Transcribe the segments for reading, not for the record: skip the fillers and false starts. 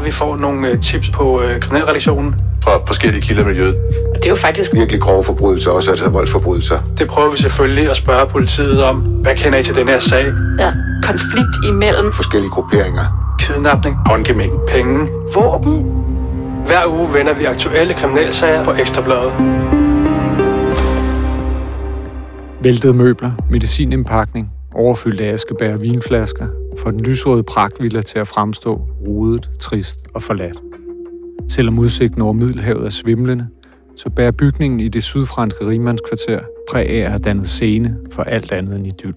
vi får nogle tips på kriminalredaktionen. Fra forskellige kilder i miljøet. Og det er jo faktisk virkelig grove forbrydelser, også altså voldsforbrydelser. Det prøver vi selvfølgelig at spørge politiet om. Hvad kender I til den her sag? der konflikt imellem Forskellige grupperinger. Kidnapning, håndgemæng, penge, våben. Hver uge vender vi aktuelle kriminalsager på Ekstra Bladet. Væltede møbler, medicinindpakning, overfyldte askebær og vinflasker får den lysrøde pragtvilla til at fremstå rodet, trist og forladt. Selvom udsigten over Middelhavet er svimlende, så bærer bygningen i det sydfranske rigmandskvarter præg af at have dannet scene for alt andet end idyll.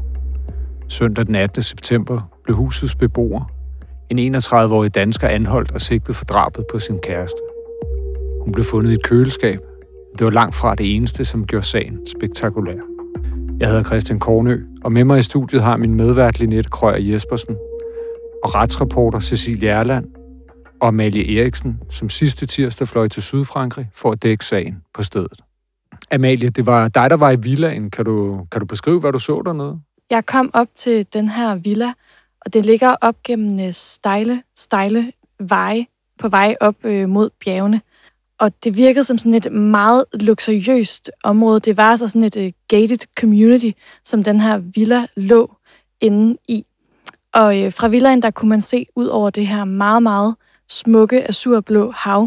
Søndag den 18. september blev husets beboer, en 31-årig dansker, anholdt og sigtet for drabet på sin kæreste. Hun blev fundet i et køleskab. Det var langt fra det eneste, som gjorde sagen spektakulær. Jeg hedder Christian Kornø, og med mig i studiet har min medvært Linette Krøyer Jespersen og retsreporter Cecilie Erland og Amalie Eriksen, som sidste tirsdag fløj til Sydfrankrig for at dække sagen på stedet. Amalie, det var dig, der var i villaen. Kan du beskrive, hvad du så dernede? Jeg kom op til den her villa, og det ligger op gennem stejle veje på vej op mod bjergene. Og det virkede som sådan et meget luksuriøst område. Det var altså sådan et gated community, som den her villa lå inde i. Og fra villaen, der kunne man se ud over det her meget, meget smukke azurblå hav.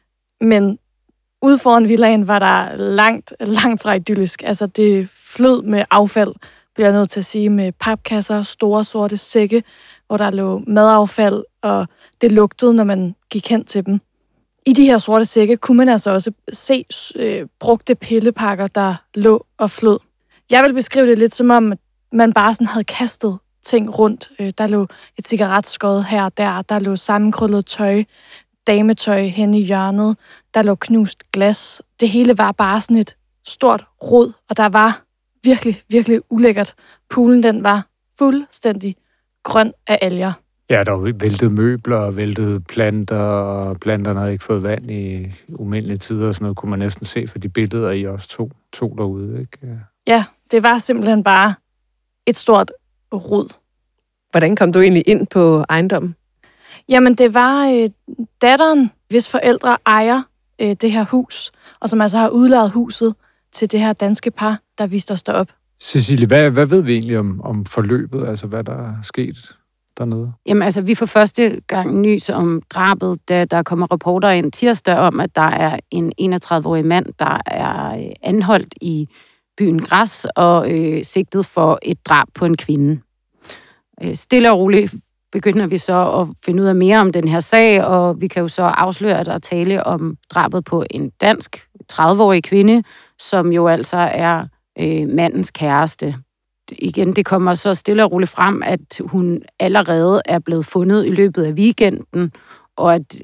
Men ude foran villaen var der langt fra idyllisk. Altså det flød med affald, bliver jeg nødt til at sige, med papkasser, store sorte sække, hvor der lå madaffald, og det lugtede, når man gik hen til dem. I de her sorte sække kunne man altså også se brugte pillepakker, der lå og flød. Jeg vil beskrive det lidt som om, man bare sådan havde kastet ting rundt. Der lå et cigaretskod her og der lå sammenkrøllet tøj, dametøj hen i hjørnet, der lå knust glas. Det hele var bare sådan et stort rod, og der var virkelig, virkelig ulækkert. Poolen, den var fuldstændig grøn af alger. Ja, der var væltet møbler og væltet planter, og planterne havde ikke fået vand i umindelige tider og sådan noget, kunne man næsten se for de billeder, I også tog derude, ikke? Ja, det var simpelthen bare et stort rod. Hvordan kom du egentlig ind på ejendommen? Jamen, det var datteren, hvis forældre ejer det her hus, og som altså har udlejet huset til det her danske par, der viste os derop. Cecilie, hvad ved vi egentlig om forløbet, altså hvad der er sket dernede? Jamen altså, vi får første gang nys om drabet, da der kommer rapporter ind tirsdag om, at der er en 31-årig mand, der er anholdt i byen Græs og sigtet for et drab på en kvinde. Stille og roligt begynder vi så at finde ud af mere om den her sag, og vi kan jo så afsløre, at der er tale om drabet på en dansk 30-årig kvinde, som jo altså er mandens kæreste. Igen, det kommer så stille og roligt frem, at hun allerede er blevet fundet i løbet af weekenden, og at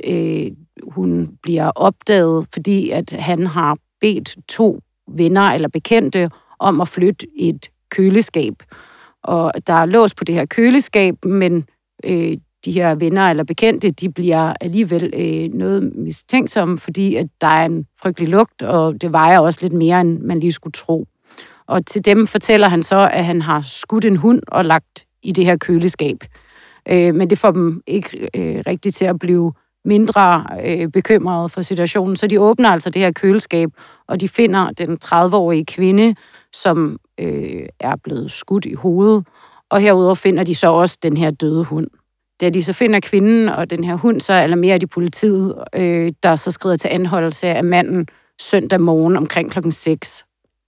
hun bliver opdaget, fordi at han har bedt 2 venner eller bekendte om at flytte et køleskab. Og der er lås på det her køleskab, men de her venner eller bekendte, de bliver alligevel noget mistænksomme, fordi at der er en frygtelig lugt, og det vejer også lidt mere, end man lige skulle tro. Og til dem fortæller han så, at han har skudt en hund og lagt i det her køleskab. Men det får dem ikke rigtigt til at blive mindre bekymrede for situationen. Så de åbner altså det her køleskab, og de finder den 30-årige kvinde, som er blevet skudt i hovedet. Og herudover finder de så også den her døde hund. Da de så finder kvinden og den her hund, så alarmerer de politiet, der så skrider til anholdelse af manden søndag morgen omkring klokken 6.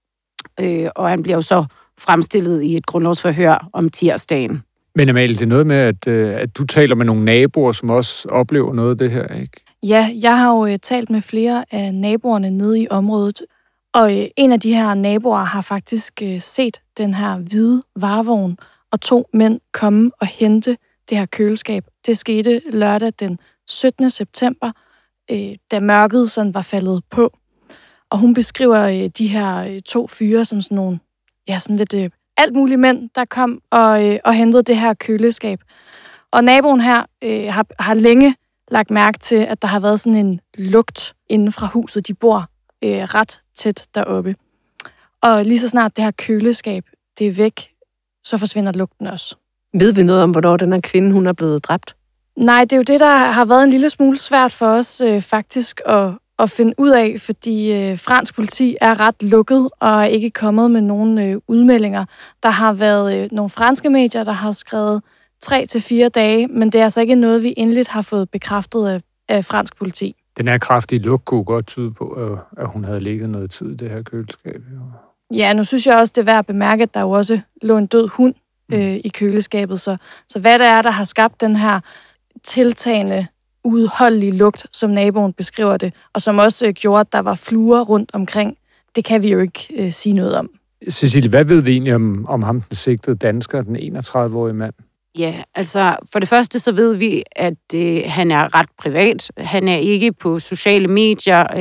Og han bliver jo så fremstillet i et grundlovsforhør om tirsdagen. Men Amalie, det er noget med, at du taler med nogle naboer, som også oplever noget af det her, ikke? Ja, jeg har jo talt med flere af naboerne nede i området, og en af de her naboer har faktisk set den her hvide varevogn og 2 mænd komme og hente det her køleskab. Det skete lørdag den 17. september, da mørket sådan var faldet på. Og hun beskriver de her 2 fyre som sådan nogle, ja, sådan lidt alt mulige mænd, der kom og hentede det her køleskab. Og naboen her har længe lagt mærke til, at der har været sådan en lugt inden fra huset. De bor ret tæt deroppe. Og lige så snart det her køleskab, det er væk, så forsvinder lugten også. Ved vi noget om, hvornår den her kvinde, hun er blevet dræbt? Nej, det er jo det, der har været en lille smule svært for os faktisk at finde ud af, fordi fransk politi er ret lukket og er ikke kommet med nogen udmeldinger. Der har været nogle franske medier, der har skrevet 3 til 4 dage, men det er altså ikke noget, vi endeligt har fået bekræftet af fransk politi. Den her kraftige lugt kunne godt tyde på, at hun havde ligget noget tid i det her køleskab. Ja, nu synes jeg også, det er værd at bemærke, at der jo også lå en død hund i køleskabet. Så hvad det er, der har skabt den her tiltagende, uudholdelige lugt, som naboen beskriver det, og som også gjorde, at der var fluer rundt omkring, det kan vi jo ikke sige noget om. Cecilie, hvad ved vi egentlig om ham, den sigtede dansker, den 31-årige mand? Ja, altså for det første så ved vi, at han er ret privat. Han er ikke på sociale medier,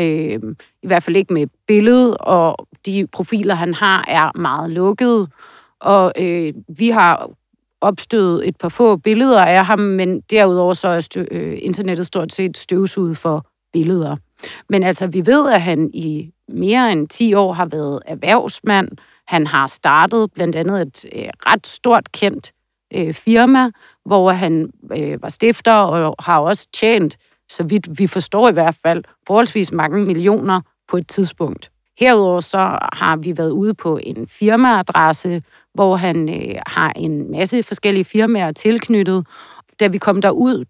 i hvert fald ikke med billede, og de profiler, han har, er meget lukkede. Og vi har opstødet et par få billeder af ham, men derudover så er internettet stort set støvsuget for billeder. Men altså, vi ved, at han i mere end 10 år har været erhvervsmand. Han har startet blandt andet et ret stort kendt firma, hvor han var stifter og har også tjent, så vidt vi forstår i hvert fald, forholdsvis mange millioner på et tidspunkt. Herudover så har vi været ude på en firmaadresse, hvor han har en masse forskellige firmaer tilknyttet. Da vi kom derud,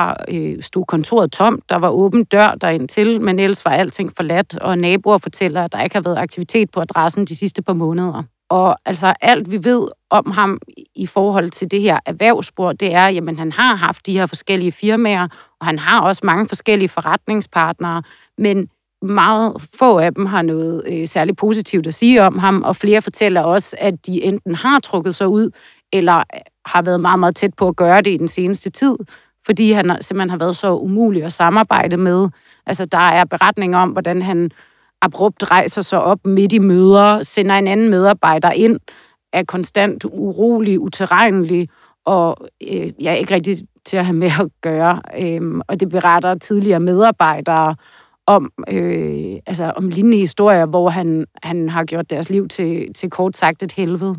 stod kontoret tomt, der var åben dør derind til, men ellers var alting forladt, og naboer fortæller, at der ikke har været aktivitet på adressen de sidste par måneder. Og altså alt, vi ved om ham i forhold til det her erhvervsspor, det er, jamen han har haft de her forskellige firmaer, og han har også mange forskellige forretningspartnere, men meget få af dem har noget særligt positivt at sige om ham, og flere fortæller også, at de enten har trukket sig ud, eller har været meget, meget tæt på at gøre det i den seneste tid, fordi han simpelthen har været så umulig at samarbejde med. Altså, der er beretninger om, hvordan han abrupt rejser sig op midt i møder, sender en anden medarbejder ind, er konstant urolig, utilregnelig, og jeg er ikke rigtig til at have med at gøre. Og det beretter tidligere medarbejdere om lignende historier, hvor han har gjort deres liv til kort sagt et helvede.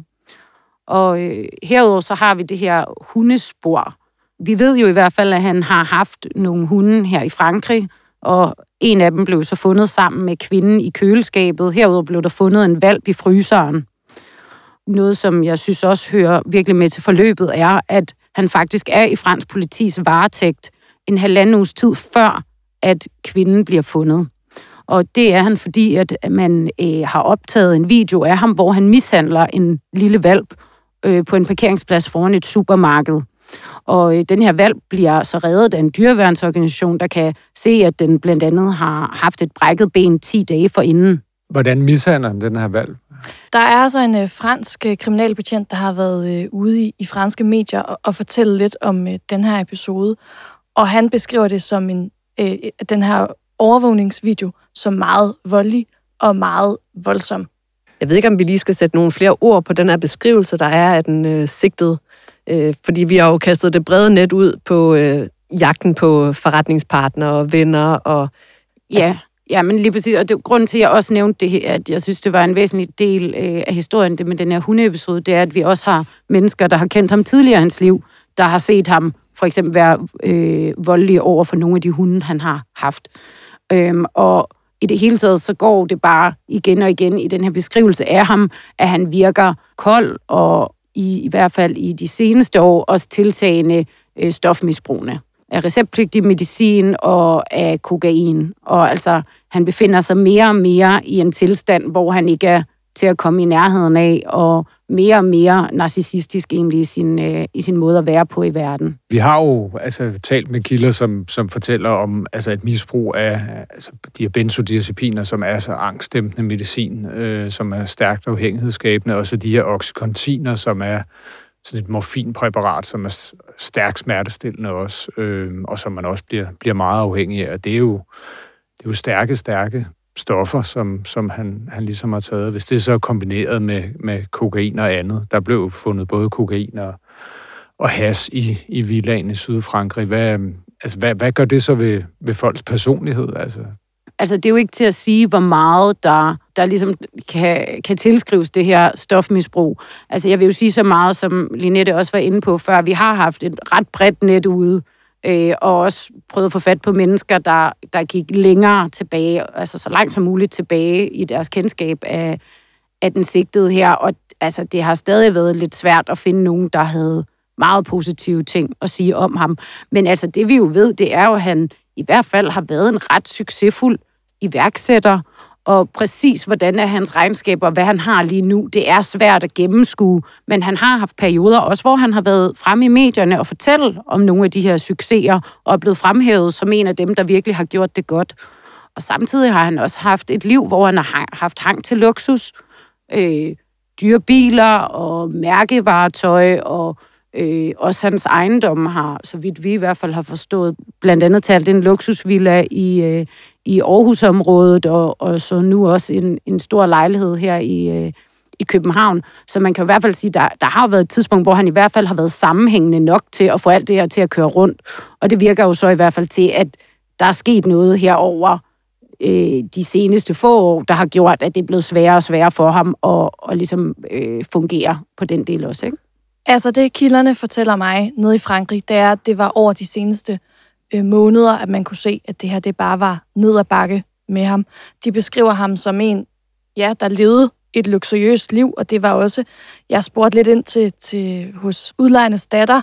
Og herudover så har vi det her hundespor. Vi ved jo i hvert fald, at han har haft nogle hunde her i Frankrig, og en af dem blev så fundet sammen med kvinden i køleskabet. Herudover blev der fundet en hvalp i fryseren. Noget, som jeg synes også hører virkelig med til forløbet, er, at han faktisk er i fransk politis varetægt en 1,5 uges tid før, at kvinden bliver fundet. Og det er han, fordi at man har optaget en video af ham, hvor han mishandler en lille hvalp på en parkeringsplads foran et supermarked. Og den her hvalp bliver så reddet af en dyreværnsorganisation, der kan se, at den blandt andet har haft et brækket ben 10 dage forinden. Hvordan mishandler den her hvalp? Der er altså en fransk kriminalbetjent, der har været ude i franske medier og fortælle lidt om den her episode. Og han beskriver det som den her overvågningsvideo som meget voldelig og meget voldsom. Jeg ved ikke, om vi lige skal sætte nogle flere ord på den her beskrivelse, der er af den sigtede. Fordi vi har jo kastet det brede net ud på jagten på forretningspartnere og venner. Og, ja, men lige præcis. Og det grunden til, at jeg også nævnte det her, at jeg synes, det var en væsentlig del af historien, det med den her hundeepisode, det er, at vi også har mennesker, der har kendt ham tidligere i hans liv, der har set ham for eksempel være voldelig over for nogle af de hunde, han har haft. Og i det hele taget, så går det bare igen og igen i den her beskrivelse af ham, at han virker kold og i hvert fald i de seneste år også tiltagende stofmisbrugende af receptpligtig medicin og af kokain. Og altså, han befinder sig mere og mere i en tilstand, hvor han ikke er til at komme i nærheden af, og mere narcissistisk egentlig i sin måde at være på i verden. Vi har jo talt med kilder, som fortæller om et misbrug af de her benzodiazepiner, som er så angstdæmpende medicin, som er stærkt afhængighedsskabende, og så de her oxycontiner, som er sådan et morfinpræparat, som er stærkt smertestillende også, og som man også bliver meget afhængig af. Det er jo stærke stoffer, som han ligesom har taget. Hvis det er så kombineret med kokain og andet, der blev fundet både kokain og hash i villaen i Sydfrankrig. Hvad gør det så ved folks personlighed? Altså, det er jo ikke til at sige, hvor meget der ligesom kan tilskrives det her stofmisbrug. Altså, jeg vil jo sige så meget, som Linette også var inde på før, vi har haft et ret bredt net ude og også prøvet at få fat på mennesker, der gik længere tilbage, altså så langt som muligt tilbage i deres kendskab af den sigtede her, og altså, det har stadig været lidt svært at finde nogen, der havde meget positive ting at sige om ham. Men altså, det vi jo ved, det er jo, at han i hvert fald har været en ret succesfuld iværksætter, og præcis hvordan er hans regnskaber, hvad han har lige nu, det er svært at gennemskue, men han har haft perioder også, hvor han har været fremme i medierne og fortælle om nogle af de her succeser, og er blevet fremhævet som en af dem, der virkelig har gjort det godt. Og samtidig har han også haft et liv, hvor han har haft hang til luksus, dyre biler og mærkevaretøj, og også hans ejendomme har, så vidt vi i hvert fald har forstået, blandt andet talt en luksusvilla i Aarhusområdet, og så nu også en stor lejlighed her i København. Så man kan i hvert fald sige, der har været et tidspunkt, hvor han i hvert fald har været sammenhængende nok til at få alt det her til at køre rundt. Og det virker jo så i hvert fald til, at der er sket noget herover de seneste få år, der har gjort, at det er blevet sværere og sværere for ham at ligesom fungere på den del også, ikke? Altså det kilderne fortæller mig nede i Frankrig, det er, at det var over de seneste måneder, at man kunne se, at det her det bare var ned ad bakke med ham. De beskriver ham som en, ja, der levede et luksuriøst liv, og det var også, jeg spurgte lidt ind til hos udlejernes datter,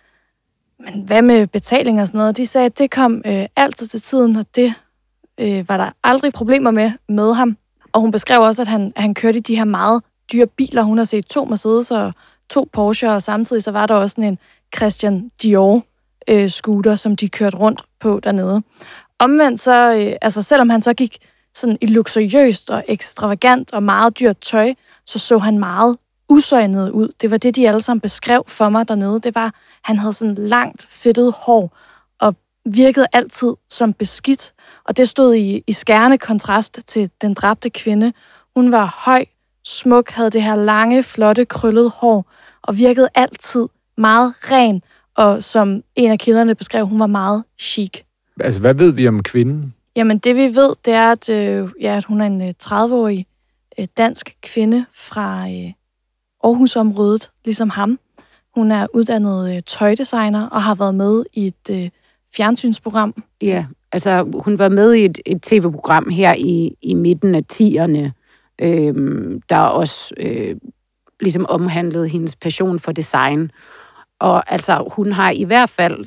men hvad med betaling og sådan noget? De sagde, at det kom altid til tiden, og det var der aldrig problemer med ham. Og hun beskrev også, at han kørte i de her meget dyre biler. Hun har set 2 Mercedes og 2 Porsche, og samtidig så var der også en Christian Dior scooter, som de kørte rundt på dernede. Omvendt så, altså selvom han så gik sådan i luksuriøst og ekstravagant og meget dyrt tøj, så han meget usøgnet ud. Det var det, de alle sammen beskrev for mig dernede. Det var, han havde sådan langt fedtet hår og virkede altid som beskidt. Og det stod i skærende kontrast til den dræbte kvinde. Hun var høj, smuk, havde det her lange, flotte, krøllede hår og virkede altid meget ren. Og som en af kilderne beskrev, hun var meget chic. Altså, hvad ved vi om kvinden? Jamen, det vi ved, det er, at hun er en 30-årig dansk kvinde fra Aarhusområdet, ligesom ham. Hun er uddannet tøjdesigner og har været med i et fjernsynsprogram. Ja, altså hun var med i et tv-program her i midten af 10'erne, der også ligesom omhandlede hendes passion for design. Og altså, hun har i hvert fald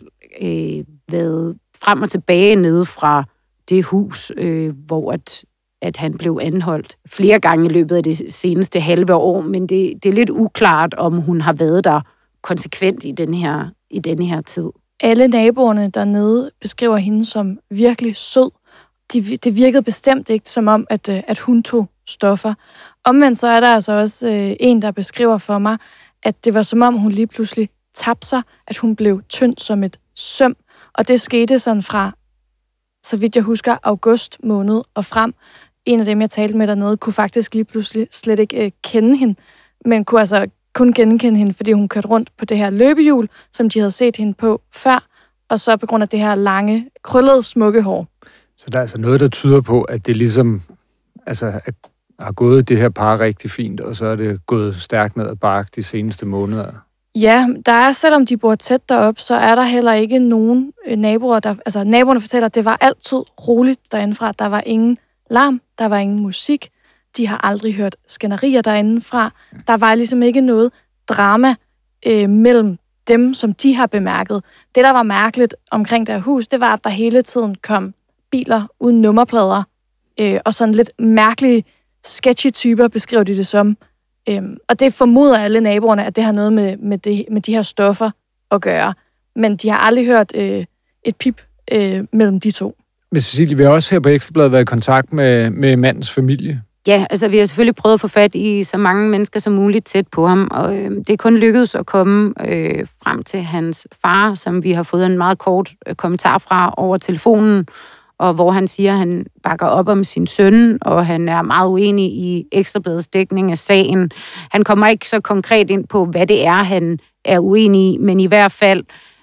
været frem og tilbage nede fra det hus, hvor at han blev anholdt flere gange i løbet af det seneste halve år, men det er lidt uklart, om hun har været der konsekvent i den her tid. Alle naboerne dernede beskriver hende som virkelig sød. Det virkede bestemt ikke som om, at hun tog stoffer. Omvendt så er der altså også en, der beskriver for mig, at det var som om, hun lige pludselig tabte sig, at hun blev tynd som et søm. Og det skete sådan fra, så vidt jeg husker, august måned og frem. En af dem, jeg talte med dernede, kunne faktisk lige pludselig slet ikke kende hende, men kunne altså kun genkende hende, fordi hun kørte rundt på det her løbehjul, som de havde set hende på før, og så på grund af det her lange, krøllede, smukke hår. Så der er altså noget, der tyder på, at det ligesom har gået det her par rigtig fint, og så er det gået stærkt ned ad bakke de seneste måneder. Ja, der er, selvom de bor tæt derop, så er der heller ikke nogen naboer, altså naboerne fortæller, at det var altid roligt derindefra. Der var ingen larm, der var ingen musik, de har aldrig hørt skænderier derindefra. Der var ligesom ikke noget drama mellem dem, som de har bemærket. Det, der var mærkeligt omkring deres hus, det var, at der hele tiden kom biler uden nummerplader, og sådan lidt mærkelige, sketchy typer, beskrev de det som. Og det formoder alle naboerne, at det har noget med de her stoffer at gøre. Men de har aldrig hørt et pip mellem de to. Men Cecilie, vi har også her på Ekstra Bladet været i kontakt med mandens familie. Ja, altså vi har selvfølgelig prøvet at få fat i så mange mennesker som muligt tæt på ham, og det er kun lykkedes at komme frem til hans far, som vi har fået en meget kort kommentar fra over telefonen, og hvor han siger, at han bakker op om sin søn, og han er meget uenig i Ekstra Bladets dækning af sagen. Han kommer ikke så konkret ind på, hvad det er, han er uenig i, men i hvert fald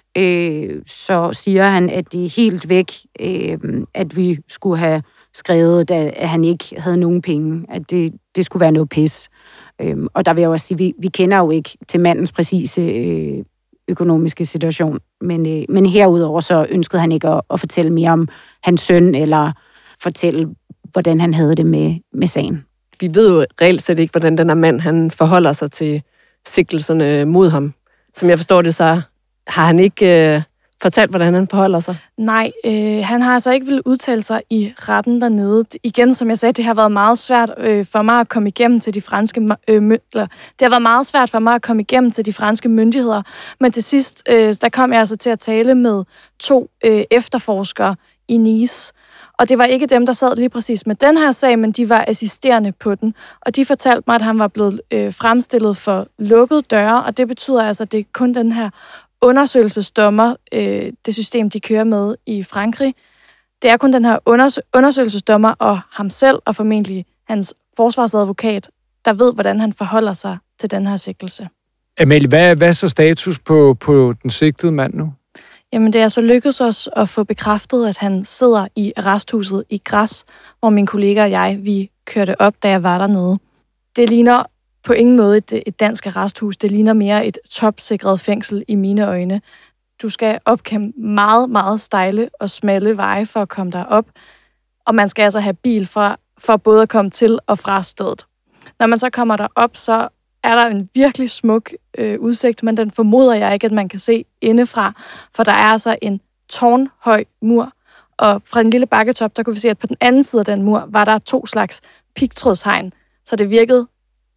så siger han, at det er helt væk, at vi skulle have skrevet, at han ikke havde nogen penge, at det skulle være noget pis. Og der vil jeg også sige, vi kender jo ikke til mandens præcise økonomiske situation, Men herudover så ønskede han ikke at fortælle mere om hans søn, eller fortælle, hvordan han havde det med sagen. Vi ved jo reelt set ikke, hvordan den her mand han forholder sig til sigtelserne mod ham. Som jeg forstår det, så har han ikke fortalt, hvordan han forholder sig. Nej, han har altså ikke vil udtale sig i retten dernede. Igen, som jeg sagde, det har været meget svært for mig at komme igennem til de franske det har været meget svært for mig at komme igennem til de franske myndigheder. Men til sidst, der kom jeg altså til at tale med 2 efterforskere i Nice. Og det var ikke dem, der sad lige præcis med den her sag, men de var assisterende på den. Og de fortalte mig, at han var blevet fremstillet for lukkede døre, og det betyder altså, at det er kun den her undersøgelsesdommer, det system, de kører med i Frankrig. Det er kun den her undersøgelsesdommer og ham selv, og formentlig hans forsvarsadvokat, der ved, hvordan han forholder sig til den her sigtelse. Amalie, hvad er så status på den sigtede mand nu? Jamen, det er så lykkedes os at få bekræftet, at han sidder i arresthuset i Grasse, hvor min kollega og jeg, vi kørte op, da jeg var dernede. Det ligner på ingen måde et dansk arresthus. Det ligner mere et topsikret fængsel i mine øjne. Du skal opkæmpe meget, meget stejle og smalle veje for at komme derop. Og man skal altså have bil for både at komme til og fra stedet. Når man så kommer derop, så er der en virkelig smuk udsigt, men den formoder jeg ikke, at man kan se indefra, for der er altså en tårnhøj mur, og fra den lille bakketop, der kunne vi se, at på den anden side af den mur, var der 2 slags pigtrådshegn, så det virkede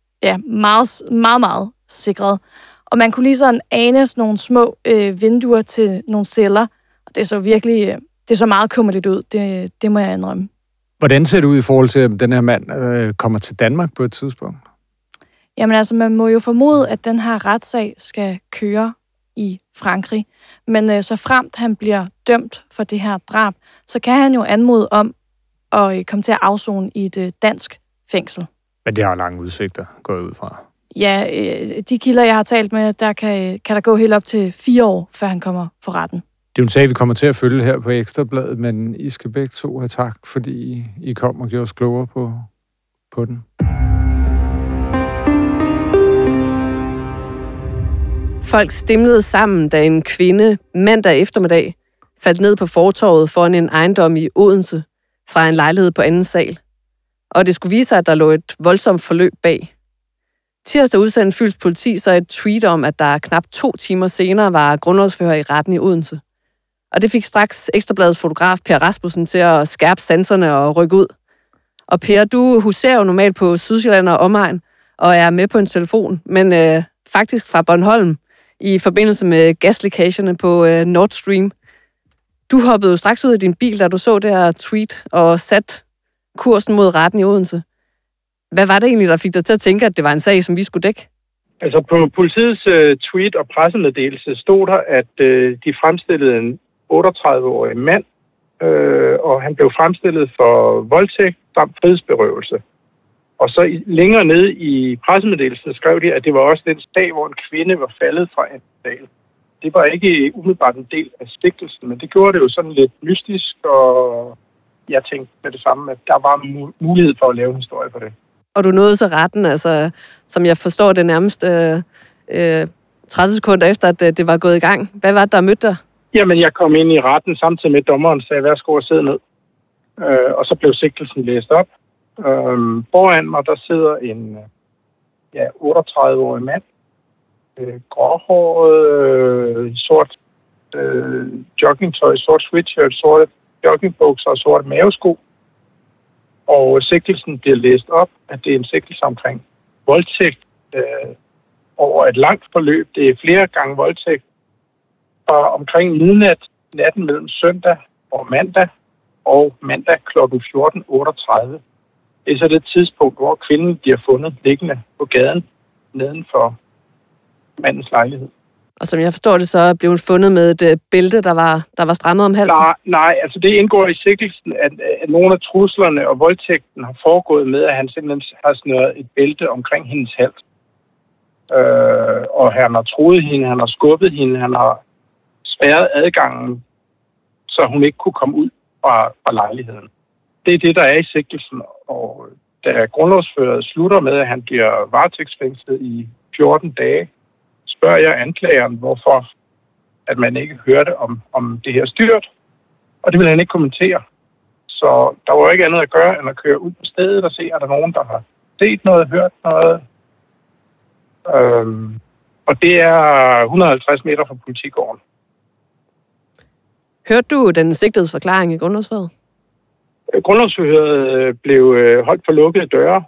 meget, meget, meget sikret. Og man kunne lige sådan ane sådan nogle små vinduer til nogle celler, og det så virkelig, det så meget kummerligt ud, det må jeg indrømme. Hvordan ser det ud i forhold til, at den her mand kommer til Danmark på et tidspunkt? Jamen altså, man må jo formode, at den her retssag skal køre i Frankrig. Men så fremt han bliver dømt for det her drab, så kan han jo anmode om at komme til at afsone i et dansk fængsel. Men det har lange udsigter, går jeg ud fra. Ja, de kilder, jeg har talt med, der kan der gå helt op til 4 år, før han kommer for retten. Det er en sag, vi kommer til at følge her på Ekstra Bladet, men I skal begge 2 have tak, fordi I kom og gjorde os klogere på den. Folk stimlede sammen, da en kvinde mandag eftermiddag faldt ned på fortovet foran en ejendom i Odense fra en lejlighed på anden sal. Og det skulle vise sig, at der lå et voldsomt forløb bag. Tirsdag udsendte Fyns politi så et tweet om, at der knap 2 timer senere var grundlovsforhør i retten i Odense. Og det fik straks Ekstra Bladets fotograf Per Rasmussen til at skærpe sanserne og rykke ud. Og Per, du huserer jo normalt på Sydsjælland og omegn og er med på en telefon, men faktisk fra Bornholm i forbindelse med gaslækagerne på Nord Stream. Du hoppede jo straks ud af din bil, da du så det her tweet og satte kursen mod retten i Odense. Hvad var det egentlig, der fik dig til at tænke, at det var en sag, som vi skulle dække? Altså på politiets tweet og pressemeddelelse stod der, at de fremstillede en 38-årig mand, og han blev fremstillet for voldtægt samt frihedsberøvelse. Og så længere nede i pressemeddelelsen skrev de, at det var også den sag, hvor en kvinde var faldet fra en sal. Det var ikke umiddelbart en del af sigtelsen, men det gjorde det jo sådan lidt mystisk, og jeg tænkte med det samme, at der var mulighed for at lave en historie på det. Og du nåede så retten, altså, som jeg forstår det nærmest 30 sekunder efter, at det var gået i gang. Hvad var det, der mødte dig? Jamen, jeg kom ind i retten samtidig med dommeren, sagde, værsgo at sidde ned. Og så blev sigtelsen læst op. Foran mig, der sidder en 38-årig mand. Gråhåret, sort joggingtøj, sort sweatshirt, sorte joggingbukser og sorte mavesko. Og sigtelsen bliver læst op, at det er en sigtelse omkring voldtægt over et langt forløb. Det er flere gange voldtægt. Og omkring midnat, natten mellem søndag og mandag kl. 14.38. Det er så det tidspunkt, hvor kvinden bliver fundet liggende på gaden neden for mandens lejlighed. Og som jeg forstår det, så blev hun fundet med et bælte, der var strammet om halsen? Nej, altså det indgår i sigtelsen, at nogle af truslerne og voldtægten har foregået med, at han simpelthen har snøret et bælte omkring hendes hals. Og han har truet hende, han har skubbet hende, han har spærret adgangen, så hun ikke kunne komme ud fra lejligheden. Det er det, der er i sigtelsen, og da grundlovsføret slutter med, at han bliver varetægtsfængslet i 14 dage, spørger jeg anklageren, hvorfor at man ikke hørte om det her styrt, og det ville han ikke kommentere. Så der var ikke andet at gøre, end at køre ud på stedet og se, er der nogen, der har set noget, hørt noget. Og det er 150 meter fra politigården. Hørte du den sigtedes forklaring i grundlovsforhøret? Grundlovsforhøret blev holdt for lukkede døre,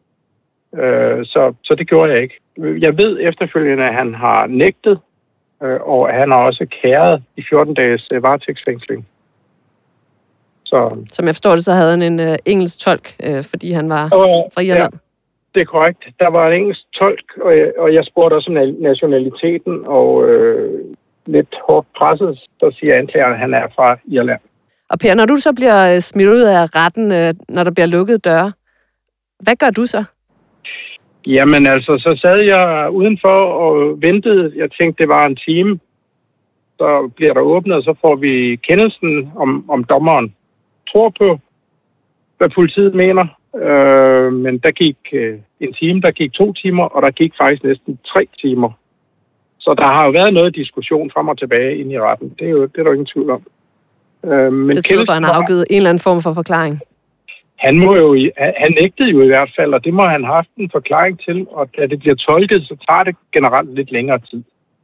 så det gjorde jeg ikke. Jeg ved efterfølgende, at han har nægtet, og han har også kæret i 14 dages varetægtsfængsling. Så, som jeg forstår det, så havde han en engelsk tolk, fordi han var fra Irland. Ja, det er korrekt. Der var en engelsk tolk, og jeg spurgte også om nationaliteten, og lidt hårdt presset, så siger anklageren, at han er fra Irland. Og Per, når du så bliver smidt ud af retten, når der bliver lukket døre, hvad gør du så? Jamen altså, så sad jeg udenfor og ventede. Jeg tænkte, det var en time. Så bliver der åbnet, og så får vi kendelsen om dommeren tror på, hvad politiet mener. Men der gik en time, der gik 2 timer, og der gik faktisk næsten 3 timer. Så der har jo været noget diskussion frem og tilbage ind i retten. Det er der jo ingen tvivl om. Men det tyder på, at han har afgivet en eller anden form for forklaring. Han nægtede jo i hvert fald, og det må han have haft en forklaring til, og da det bliver tolket, så tager det generelt lidt længere tid.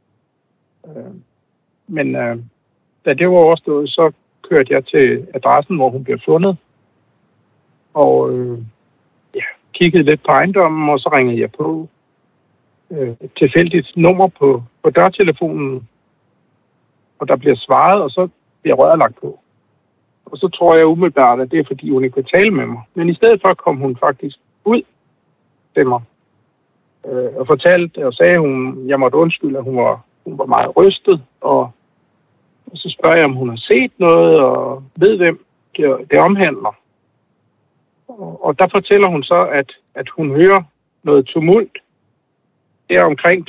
Men da det var overstået, så kørte jeg til adressen, hvor hun blev fundet, og kiggede lidt på ejendommen, og så ringede jeg på et tilfældigt nummer på dørtelefonen, og der bliver svaret, og så bliver røret lagt på. Og så tror jeg umiddelbart, at det er, fordi hun ikke vil tale med mig. Men i stedet for kom hun faktisk ud til mig og fortalte og sagde, at jeg måtte undskylde, at hun var meget rystet. Og så spørger jeg, om hun har set noget og ved, hvem det omhandler. Og der fortæller hun så, at hun hører noget tumult. Det er omkring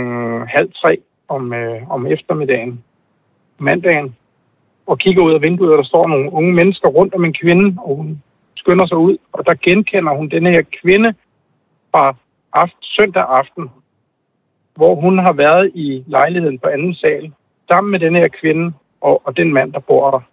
2:30 om eftermiddagen, mandagen. Og kigger ud af vinduet, og der står nogle unge mennesker rundt om en kvinde, og hun skynder sig ud. Og der genkender hun den her kvinde fra søndag aften, hvor hun har været i lejligheden på anden sal, sammen med den her kvinde og den mand, der bor der.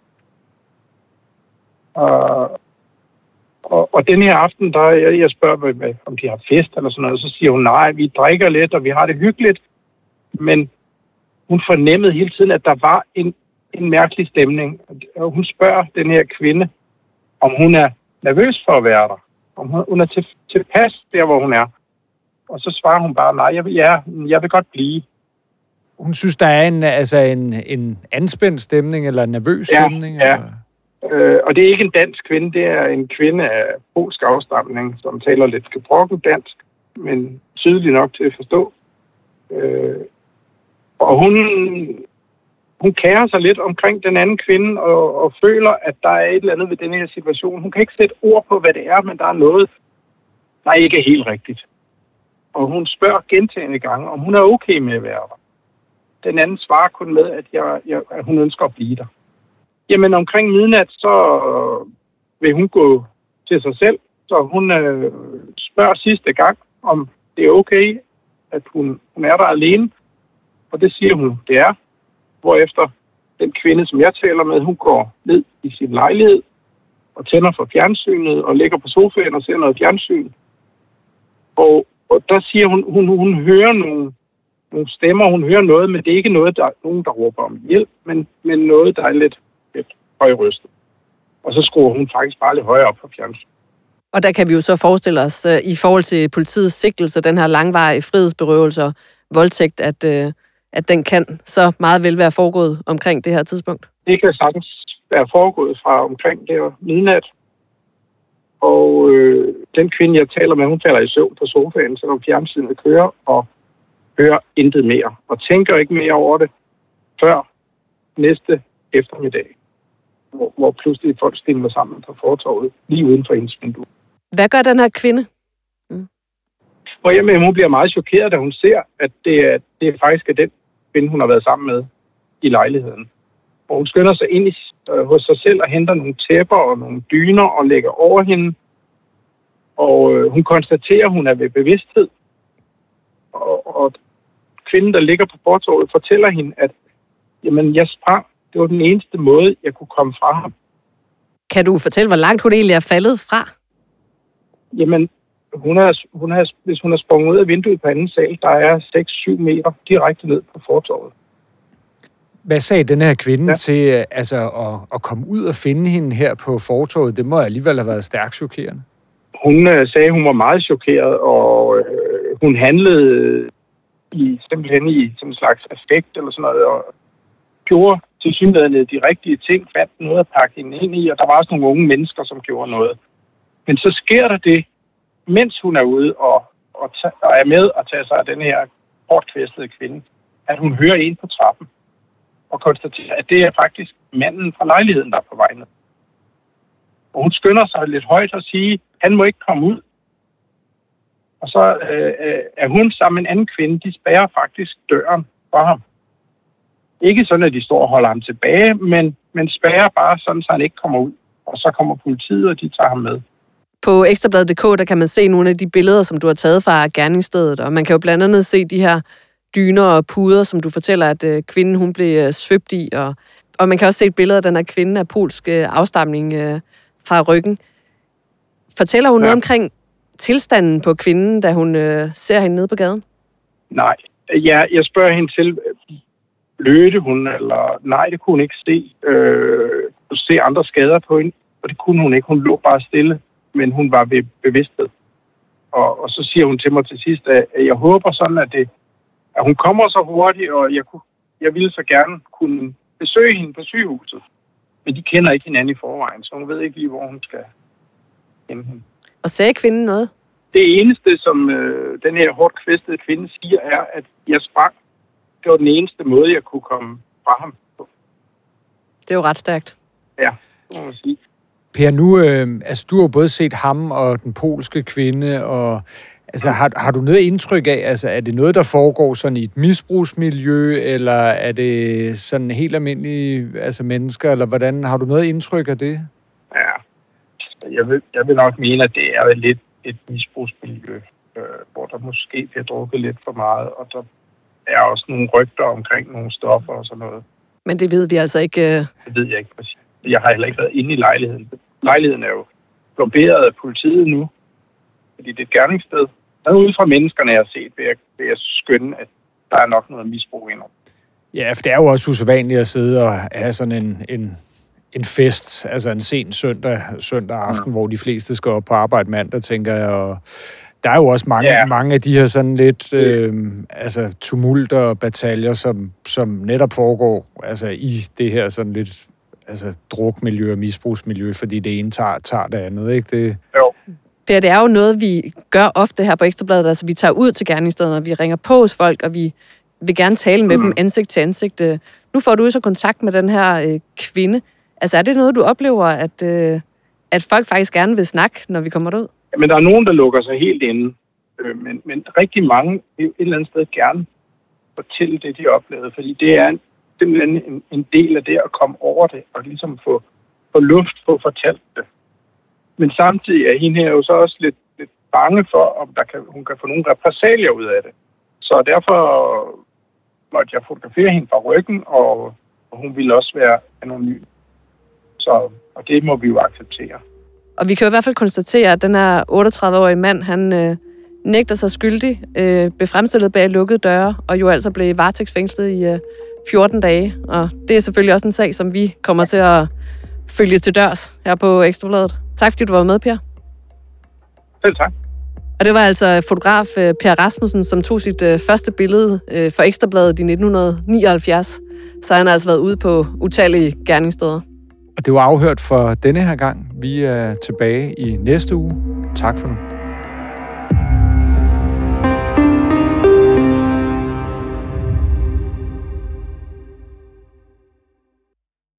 Og den her aften, der jeg spørger, om de har fest eller sådan noget, så siger hun, nej, vi drikker lidt, og vi har det hyggeligt. Men hun fornemmede hele tiden, at der var en mærkelig stemning. Og hun spørger den her kvinde, om hun er nervøs for at være der. Om hun er tilpas der, hvor hun er. Og så svarer hun bare, nej, jeg vil godt blive. Hun synes, der er en anspændt stemning, eller en nervøs stemning? Ja. Eller? Og det er ikke en dansk kvinde, det er en kvinde af polsk afstamning, som taler lidt gebrokken dansk, men tydeligt nok til at forstå. Og hun kærer sig lidt omkring den anden kvinde, og føler, at der er et eller andet ved den her situation. Hun kan ikke sætte ord på, hvad det er, men der er noget, der ikke er helt rigtigt. Og hun spørger gentagne gange, om hun er okay med at være der. Den anden svarer kun med, at hun ønsker at blive der. Jamen omkring midnat, så vil hun gå til sig selv, så hun spørger sidste gang, om det er okay, at hun er der alene. Og det siger hun, det er. Hvorefter den kvinde, som jeg taler med, hun går ned i sin lejlighed og tænder for fjernsynet og ligger på sofaen og ser noget fjernsyn. Og der siger hun hører nogle stemmer, hun hører noget, men det er ikke noget, der er nogen, der råber om hjælp, men noget, der er lidt højrystet. Og så skruer hun faktisk bare lidt højere op på fjernsyn. Og der kan vi jo så forestille os, i forhold til politiets sigtelse, den her langvarige frihedsberøvelse og voldtægt, at den kan så meget vel være foregået omkring det her tidspunkt? Det kan sagtens være foregået fra omkring der midnat. Og den kvinde, jeg taler med, hun falder i søvn på sofaen, så når fjernsynet kører og hører intet mere. Og tænker ikke mere over det før næste eftermiddag, hvor pludselig folk stimler sammen på fortovet lige uden for hendes vindue. Hvad gør den her kvinde? Og jamen, hun bliver meget chokeret, da hun ser, at det faktisk er den kvinde, hun har været sammen med i lejligheden. Og hun skynder sig ind hos sig selv og henter nogle tæpper og nogle dyner og lægger over hende. Og hun konstaterer, at hun er ved bevidsthed. Og kvinden, der ligger på fortovet, fortæller hende, Jamen, jeg sprang. Det var den eneste måde, jeg kunne komme fra ham. Kan du fortælle, hvor langt hun egentlig er faldet fra? Jamen, hvis hun har sprunget ud af vinduet på anden sal, der er 6-7 meter direkte ned på fortovet. Hvad sagde den her kvinde til at komme ud og finde hende her på fortovet? Det må alligevel have været stærkt chokerende. Hun sagde, hun var meget chokeret, og hun handlede simpelthen i sådan en slags affekt eller sådan noget, og gjorde tilsyneladende de rigtige ting, fandt noget at pakke hende ind i, og der var også nogle unge mennesker, som gjorde noget. Men så sker der det, mens hun er ude og er med at tage sig af den her hårdt kvæstede kvinde, at hun hører en på trappen og konstaterer, at det er faktisk manden fra lejligheden, der er på vej ned. Og hun skynder sig lidt højt og siger, han må ikke komme ud. Og så er hun sammen med en anden kvinde, de spærrer faktisk døren for ham. Ikke sådan, at de står og holder ham tilbage, men spærrer bare sådan, så han ikke kommer ud. Og så kommer politiet, og de tager ham med. På ekstrabladet.dk, der kan man se nogle af de billeder, som du har taget fra gerningsstedet, og man kan jo blandt andet se de her dyner og puder, som du fortæller, at kvinden hun blev svøbt i, og man kan også se et billede af den her kvinde af polsk afstamning fra ryggen. Fortæller hun noget omkring tilstanden på kvinden, da hun ser hende nede på gaden? Nej, jeg spørger hende til, blødte hun, eller nej, det kunne hun ikke se. Kunne se andre skader på hende, og det kunne hun ikke. Hun lå bare stille, men hun var ved bevidsthed. Og så siger hun til mig til sidst, at jeg håber sådan, at hun kommer så hurtigt, og jeg ville så gerne kunne besøge hende på sygehuset. Men de kender ikke hinanden i forvejen, så hun ved ikke lige, hvor hun skal kende hende. Og sagde kvinden noget? Det eneste, som den her hårdt kvæstede kvinde siger, er, at jeg sprang. Det var den eneste måde, jeg kunne komme fra ham på. Det er jo ret stærkt. Ja, må man sige. Per, nu, du har jo både set ham og den polske kvinde, og har du noget indtryk af, er det noget, der foregår sådan i et misbrugsmiljø, eller er det sådan helt almindelige mennesker, eller hvordan, har du noget indtryk af det? Ja, jeg vil nok mene, at det er lidt et misbrugsmiljø, hvor der måske bliver drukket lidt for meget, og der er også nogle rygter omkring nogle stoffer og sådan noget. Men det ved vi altså ikke. Det ved jeg ikke præcis. Jeg har heller ikke været inde i lejligheden. Lejligheden er jo blokeret af politiet nu, fordi det er et gerningssted. Og ud fra menneskerne, jeg har set, vil jeg skønne, at der er nok noget misbrug indover. Ja, for det er jo også usædvanligt at sidde og have sådan en fest, altså en sen søndag aften, hvor de fleste skal op på arbejde mandag, tænker jeg, og der er jo også mange af de her sådan lidt tumulter og bataljer, som netop foregår i det her sådan lidt drukmiljø og misbrugsmiljø, fordi det ene tager det andet, ikke? Det... Jo. Per, det er jo noget, vi gør ofte her på Ekstrabladet. Altså, vi tager ud til gerningsstederne, og vi ringer på hos folk, og vi vil gerne tale med dem ansigt til ansigt. Nu får du så kontakt med den her kvinde. Altså, er det noget, du oplever, at folk faktisk gerne vil snakke, når vi kommer derud? Men der er nogen, der lukker sig helt inde. Men rigtig mange vil et eller andet sted gerne fortælle det, de oplevede. Fordi det er simpelthen en del af det at komme over det, og ligesom få luft, få fortalt det. Men samtidig er hende her jo så også lidt bange for, om hun kan få nogle repressalier ud af det. Så derfor måtte jeg fotografere hende fra ryggen, og hun ville også være anonym. Og det må vi jo acceptere. Og vi kan jo i hvert fald konstatere, at den her 38-årige mand, han nægter sig skyldig, blev fremstillet bag lukkede døre, og jo altså blev varetægtsfængslet i 14 dage. Og det er selvfølgelig også en sag, som vi kommer til at følge til dørs her på Ekstrabladet. Tak fordi du var med, Per. Selv tak. Og det var altså fotograf Per Rasmussen, som tog sit første billede for Ekstrabladet i 1979. Så han har altså været ude på utallige gerningssteder. Og det var afhørt for denne her gang. Vi er tilbage i næste uge. Tak for nu.